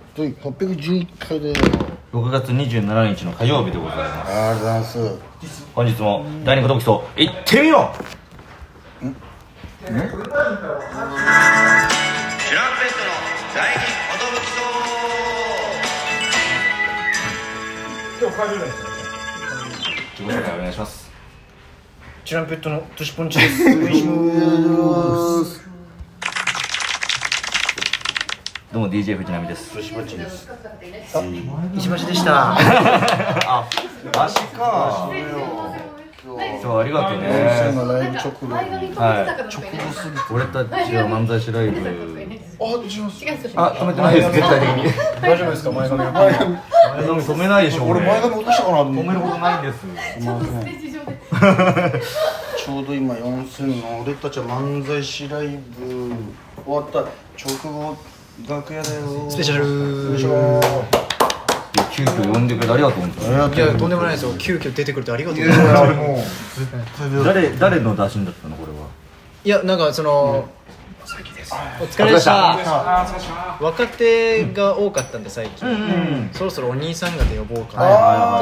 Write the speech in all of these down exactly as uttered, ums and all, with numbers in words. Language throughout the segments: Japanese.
はっぴゃくじゅういっかいだよ。 ろくがつにじゅうしちにちの火曜日でございます。 ありがとうございます。 本日も第二言基礎行ってみよう。んんチュランペットの第二言基礎。今日帰れないですね。自己紹介お願いします。 チュランペットのトシポンチです。お願いします。 どうも ディージェー 藤波です。 トシポンチです。 あ、石橋でした。 あ、マジか。そう、ありがとうね。 ライブ直後。 はい。直後すぎて。俺たちは漫才師ライブ。 あ、違う。 あ、止めてないです。絶対的に。 大丈夫ですか、前髪。 前髪。 前髪止めないでしょ。 俺前髪落としたかな。 止めることないんです。 ちょうど今よんせんの俺たちは漫才師ライブ終わった直後楽屋だよ。 スペシャル。 スペシャル。 急遽呼んでくれてありがとう。 いや、とんでもないですよ。急遽出てくれてありがとう。いや、もう誰誰の打診だったのこれは。 いや、なんかその。お疲れでした。若手が多かったんで最近。そろそろお兄さん方呼ぼうかなって。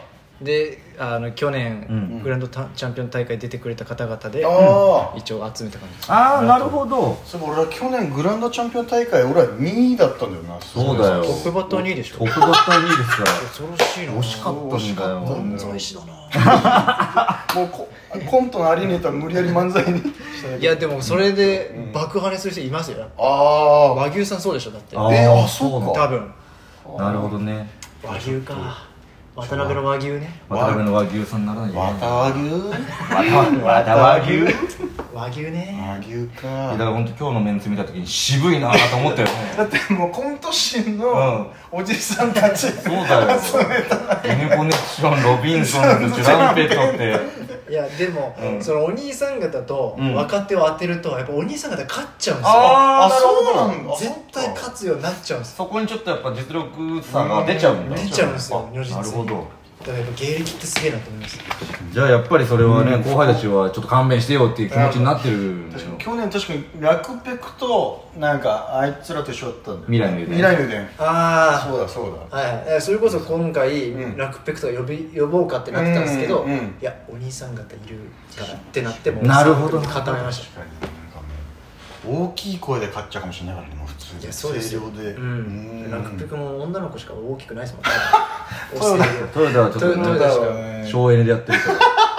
で、あの去年グランドチャンピオン大会出てくれた方々で一応集めた感じです。 ああ、なるほど。 そう、俺は去年グランドチャンピオン大会俺はにいだったんだよな。 そうだよ。 トップバッターにいでしょ。 トップバッターにいですから。 恐ろしいな。 惜しかったんだよ。 漫才師だな。 もうココントのありネタ無理やり漫才に。 いやでもそれで爆破ねする人いますよ。 ああ、 和牛さんそうでしょだって。 え、あ、そうか。 多分。 なるほどね。 和牛か。渡辺の和牛ね。 渡辺の和牛さんならない。 渡和牛？ 渡和牛？ 和牛ね。 和牛か。 だから本当今日のメンツ見た時に渋いなと思ったよね。 だってもうコント師のおじさんたちそうだよ。ユニコネクション、ロビンソンズ、チュランペットって。 いやでも、うん、そのお兄さん方と若手を当てるとやっぱお兄さん方勝っちゃうんですよ。 ああ、そうなんだ。 絶対勝つようになっちゃうんです。 そこにちょっとやっぱ実力差が出ちゃうんだ。 出ちゃうんですよ。如実に。 なるほど。 だからやっぱ芸歴ってすげえなと思います。 じゃあやっぱりそれはね、うん、後輩たちはちょっと勘弁してよっていう気持ちになってるんだよ。 去年確かにラクペクとなんかあいつらと一緒だったんだよ。 未来の未来の伝。 ああ、 そうだそうだ。 はい。それこそ今回、うん、ラクペクとか呼び呼ぼうかってなってたんですけど、 うんうん、 いやお兄さん方いるからってなってもなるほど固めました。 大きい声で勝っちゃうかもしれないからね、もう普通に。 いや、そうですよ。 で、 うん、ラクペクも女の子しか大きくないですもんね。 トヨタはちょっと省エネでやってるから。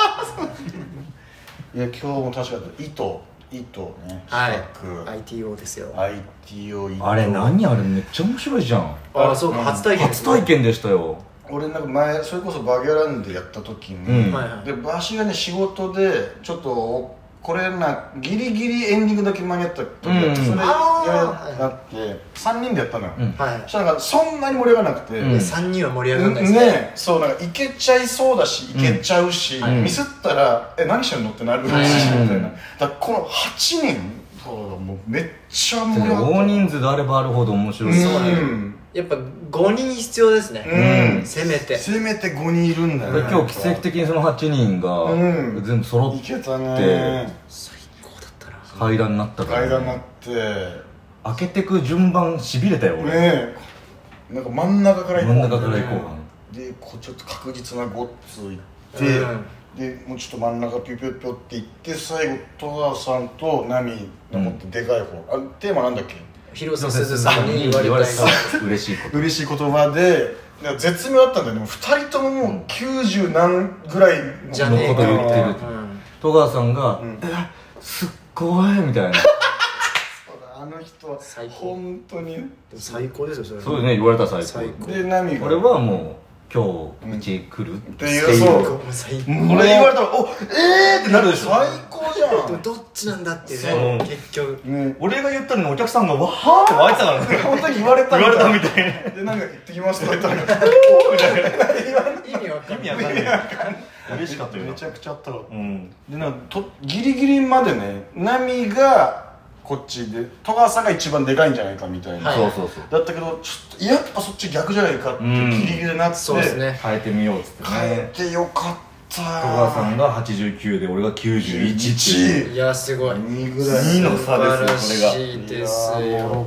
いや、今日も確か糸糸ね、 はい、アイティーオー ですよ。 アイティーオーあれ何あれめっちゃ面白いじゃん。 ああ、そうか、初体験。 初体験でしたよ。 俺なんか前それこそバギャランでやった時に、でバシがね仕事でちょっとこれなギリギリエンディングだけ間に合った時があって、それやってさんにんでやったのよ。そしたらそんなに盛り上がらなくて、 さんにんは盛り上がらないですね。そう、なんかいけちゃいそうだしいけちゃうし、ミスったらえ何してんのってなるしみたいな。だからこのはちにんもうめっちゃ盛り上がった。 大人数であればあるほど面白い。 やっぱごにん必要ですね。せめてせめてごにんいるんだよね。 今日奇跡的にそのはちにんが全部揃って最高だったな。 階段になったから。 階段になって開けてく順番しびれたよ俺。 ねえ、なんか真ん中から行こう。 真ん中から行こう。でこうちょっと確実なゴッツ行ってでもうちょっと真ん中ピュピュピュって行って最後戸川さんとナミが持ってでかい方。あ、テーマなんだっけ。 広瀬すずさんに言われた嬉しいこと嬉しい言葉で絶妙だったんだよね。ふたりとももうきゅうじゅう何ぐらいのこと言ってる。戸川さんが「えすっごい」みたいな。 あの人は本当に最高ですよそれ。 そうね、言われたら最高でナミが俺はもう今日うち来るっていう。そう俺言われたら「おえー!」ってなるでしょ。最高じゃん。 でもどっちなんだってね結局。 俺が言ったのにお客さんがわーって湧いてたからね。 本当に言われた言われたみたいな。 でなんか行ってきますって言ったら「おー!」みたいな。 意味わかんない。 意味わかんない。嬉しかったよ。 めちゃくちゃあったわ。 うんでなんかとギリギリまでねナミがこっちで戸川さんが一番でかいんじゃないかみたいな。 そうそうそう。 だったけどちょっとやっぱそっち逆じゃないかってギリギリでなって。 そうですね。 変えてみようっつってね。 変えてよかった。戸川さんがはちじゅうきゅうで俺がきゅうじゅういち。 いやすごい。 にぐらい。 にの差ですよこれが。 素晴らしいですよ。 よかっ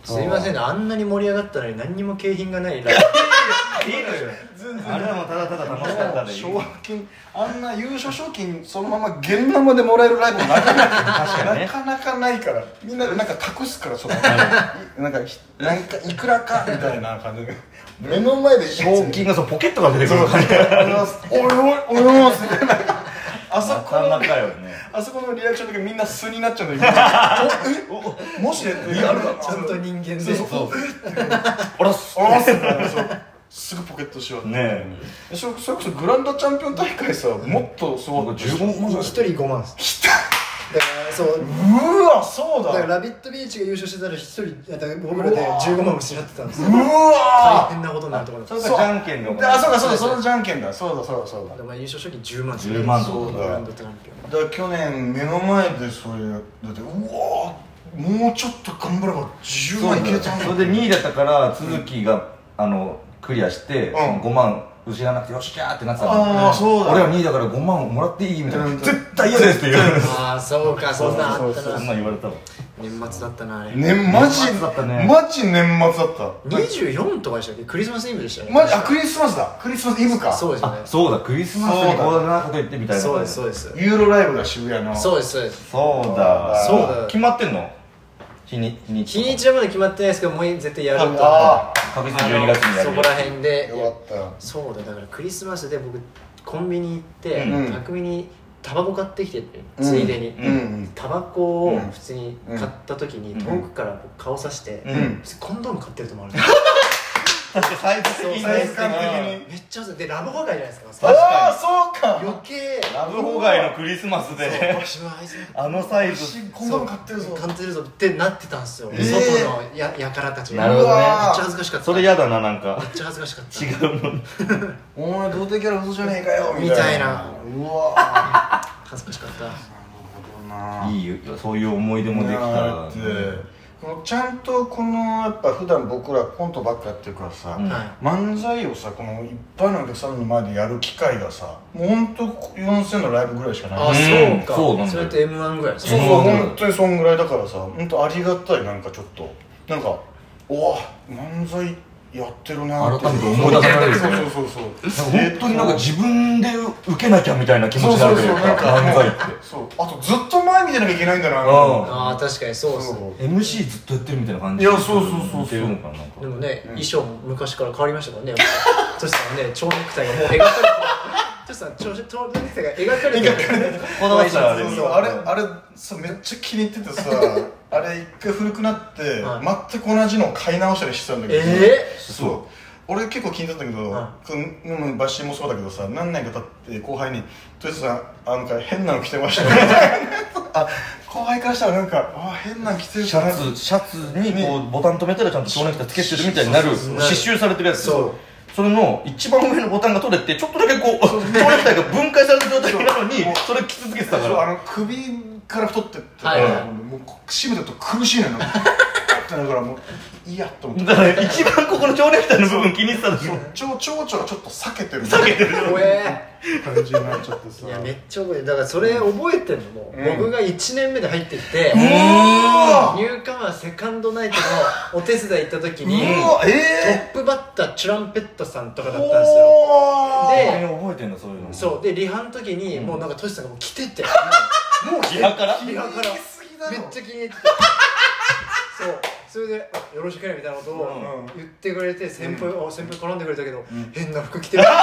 すいませんね、あんなに盛り上がったのに何にも景品がないライいいのよあれはもうただただ楽しかったでいい賞金あんな優勝賞金そのまま現生でもらえるライブもなかなか確かに、ね、なかなかないからみんななんか隠すからそのなんかなんかいくらかみたいな感じで目の前で賞金がそのポケットから出てくる感じおいおいおいおいみたいなあそこのなかなかよねあそこのリアクションだけみんな素になっちゃうんだけどえもしねってやるかちゃんと人間でそうそうおらすおらすすぐポケットしようねえそれこそグランドチャンピオン大会さもっとすごいじゅうごまんひとりごまんですだからそううわそうだだからラビットビーチが優勝してたらひとり僕らでじゅうごまん失ってたんですようわ大変なことになるところだそれがじゃんけんのあそうだそうだそのじゃんけんだそうだそうだそうだでも優勝賞金じゅうまんじゅうまんそうだグランドチャンピオンだから去年目の前でそれだってうわもうちょっと頑張ればじゅうまんいけたんだそれでにいだったから都築があのクリアしてごまん失わなくてよっしゃーってなってたのああそうだ俺はにいだからごまんもらっていいみたいな絶対嫌ですって言うああそうかそんなあったそんなな言われたわ年末だったなあれねマジ年末だったねマジ年末だったにじゅうよんとかでしたっけクリスマスイブでしたよねマジあクリスマスだクリスマスイブかそうですよねあそうだクリスマスにこんなこと言ってみたいなそうですそうですユーロライブが渋谷のそうですそうですそうだそうだ決まってんの日に日に日にちはまだ決まってないですけどもう絶対やると思うあ確実にじゅうにがつにやるそこら辺でよかったそうだだからクリスマスで僕コンビニ行ってうん匠にタバコ買ってきてついでにうんうんタバコを普通に買った時にうん遠くから顔さしてうんコンドーム買ってると思われて確かにサイズ的にサイズ感的にめっちゃでラブホ街じゃないですかああそうか余計ラブホ街のクリスマスで私はあいつあのサイズコンドーム買ってるぞ買ってるぞってなってたんですよえー外のややからたちがなるほどねめっちゃ恥ずかしかったそれやだななんかめっちゃ恥ずかしかった違うもんお前童貞キャラ嘘じゃねえかよみたいなうわ恥ずかしかったなるほどないいよそういう思い出もできたらだってこのちゃんとこのやっぱ普段僕らコントばっかやってるからさ、 うんはい漫才をさこのいっぱいのお客さんの前でやる機会がさもうほんとよんせんのライブぐらいしかないあ、 うんそうかそうなんだよそれって エムワン ぐらいですそうそうね本当にそんぐらいだからさ本当ありがたいなんかちょっとなんかおわ漫才やってるなーって改めて思い出されるよねそうそうそうそう本当になんか自分で受けなきゃみたいな気持ちになるというかそうそうそう漫才ってそうあとずっと前見てなきゃいけないんだなみたいなうんああ確かにそうっすねそうエムシー ずっとやってるみたいな感じいやそうそうそうそう似てるのかななんかでもね、衣装も昔から変わりましたからねトシさんね蝶ネクタイがもう描かれてるトシさん蝶蝶ネクタイが描かれてるこだわったらあれそうそうあれあれさめっちゃ気に入っててさあれ一回古くなって、 はい全く同じのを買い直したりしてたんだけど、 えそう俺結構気になったけど、 はこのバッシーもそうだけどさ何年か経って後輩に「とりあえずさあなんか変なの着てましたね」あ後輩からしたらなんか「あ変なの着てるシかな」 ャツシャツにこうボタン止めたらちゃんと蝶ネクタイつけてるみたいになるそうそうそう刺繍されてるやつそうそれの一番上のボタンが取れてちょっとだけこう蝶ネクタイが分解された状態なのにそれ着続けてたからそうあの首から太ってって、 はいはい、 もう締めてると苦しいのよってだからもういいやと思ってだから一番ここの蝶ネクタイの部分気に入ってた時蝶々がちょっと避けてる避けてる怖え感じになっちゃってさいやめっちゃ覚えてるだからそれ覚えてるのも、 うん僕がいちねんめで入ってきて、 うわニューカマーセカンドナイトのお手伝い行った時にうわトえップバッターチュランペットさんとかーだったんですよでで覚えてんだそういうのそうでリハの時にもうなんかトシさんがもう来てて、 もうリハからリハから気に入りすぎだろめっちゃ気に入っててそうそれであ「よろしくね」みたいなことをうん言ってくれて先輩、あ先輩絡んでくれたけど、変な服着てる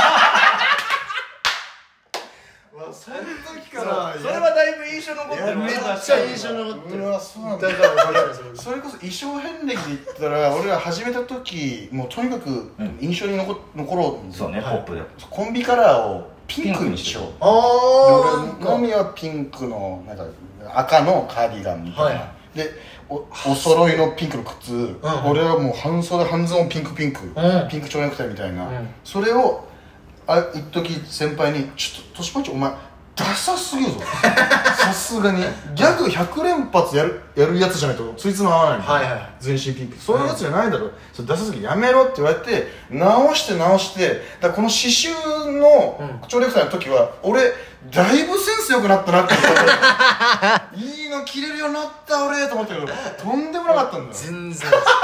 わその時からそれはだいぶ印象残ってるいやめっちゃ印象に残ってるうわそうなんだだから覚えてるんですよそれこそ衣装遍歴で言ったら俺ら始めた時もうとにかく印象に残残ろうそうねポップでコンビカラーをピンクにしようああで俺のみはピンクのなんか赤のカーディガンみたいな、 はで お, お揃いのピンクの靴、 ん俺はもう半袖半ズボンピンクピンク、 んピンク蝶ネクタイみたいな、 うんそれをあ一時先輩に「ちょっと年パンチお前ダサすぎるぞ」さすがにギャグひゃく連発やるやるやつじゃないとついつま合わないみたいな、 はいはい全身ピンクそういうやつじゃないだろ、うん、それダサすぎやめろって言われて直して直してだからこの刺繍の蝶ネクタイの時は俺だいぶセンス良くなったなっていいの着れるようになった俺と思ったけどとんでもなかったんだよ全然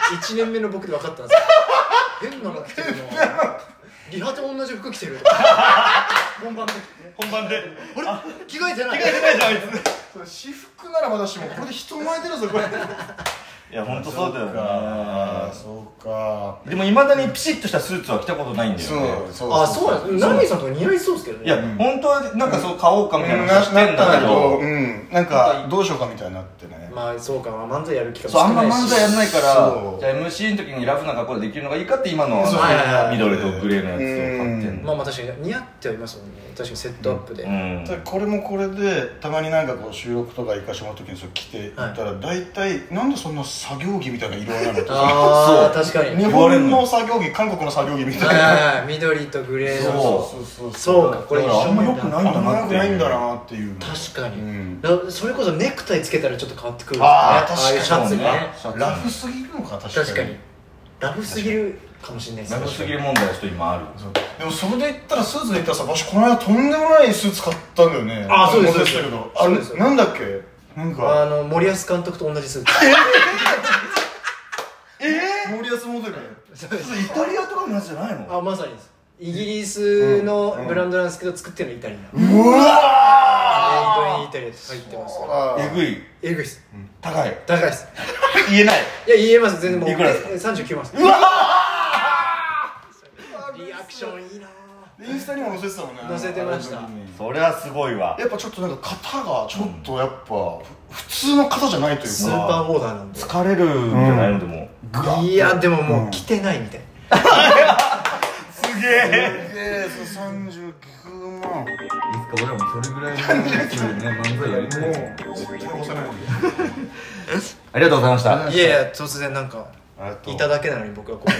いちねんめの僕で分かったんですよ。変なの着てるな、リハと同じ服着てる本番で本番であれ着替えてない着替えてないじゃんあいつ。 私服ならまだしもこれで人前出るぞこれ。 いや本当そうだよね。 そうか。 でもいまだにピシッとしたスーツは着たことないんだよね。 あ、そうなんです。ナミさんとか似合いそうですけどね。 いや本当はなんかそう買おうかみたいな話してんだけど、 なんかどうしようかみたいになってね。 まあそうか、漫才やる気がそう、あんま漫才やんないから、じゃあ エムシー の時にラフな格好でできるのがいいかって今の緑とグレーのやつを買ってんの。 まあまあ確かに似合ってはいますもんね。確かにセットアップで、 これもこれでたまになんかこう収録とか行かしてもらった時にそれ着ていったら大体なんでそんな作業着みたいな色合いなのとか。 ああ確かに日本の作業着、韓国の作業着みたいな緑とグレーの。 そうそうそうか、これあんま良くないんだな、 良くないんだなっていう。 確かにそれこそネクタイつけたらちょっと変わってくるんですね。 ああ確かにシャツにね。 ラフすぎるのか。確かにラフすぎるかもしれないですね。 ラフすぎる問題はちょっと今ある。 でもそれで言ったらスーツで言ったらさ、私この間とんでもないスーツ買ったんだよね。 ああそうですけど、あれなんだっけ、なんかあの森保監督と同じスーツ。 ええ森保モデル。 イタリアとかのやつじゃないの？ あ、まさにです。イギリスのブランドなんですけど作ってるのイタリア。 うわー、イタリア入ってます。 えぐいえぐいっす。 高い高いです。 言えない。 いや言えます。全然もういくらですか？ さんじゅうきゅうまんです。 うわリアクションいいな。 インスタにも載せてたもんね。 載せてました。 それはすごいわ。やっぱちょっとなんか型がちょっとやっぱ普通の型じゃないというか、 スーパーボーダーなんで疲れるんじゃないの。でもいやでももう着てないみたい。 すげえ。 すげえ。さんじゅうきゅうまん。 いつか俺らもそれぐらいのやつでね漫才やりたい。 絶対押さない。 ありがとうございました。 いやいや突然なんかいただけなのに僕はここに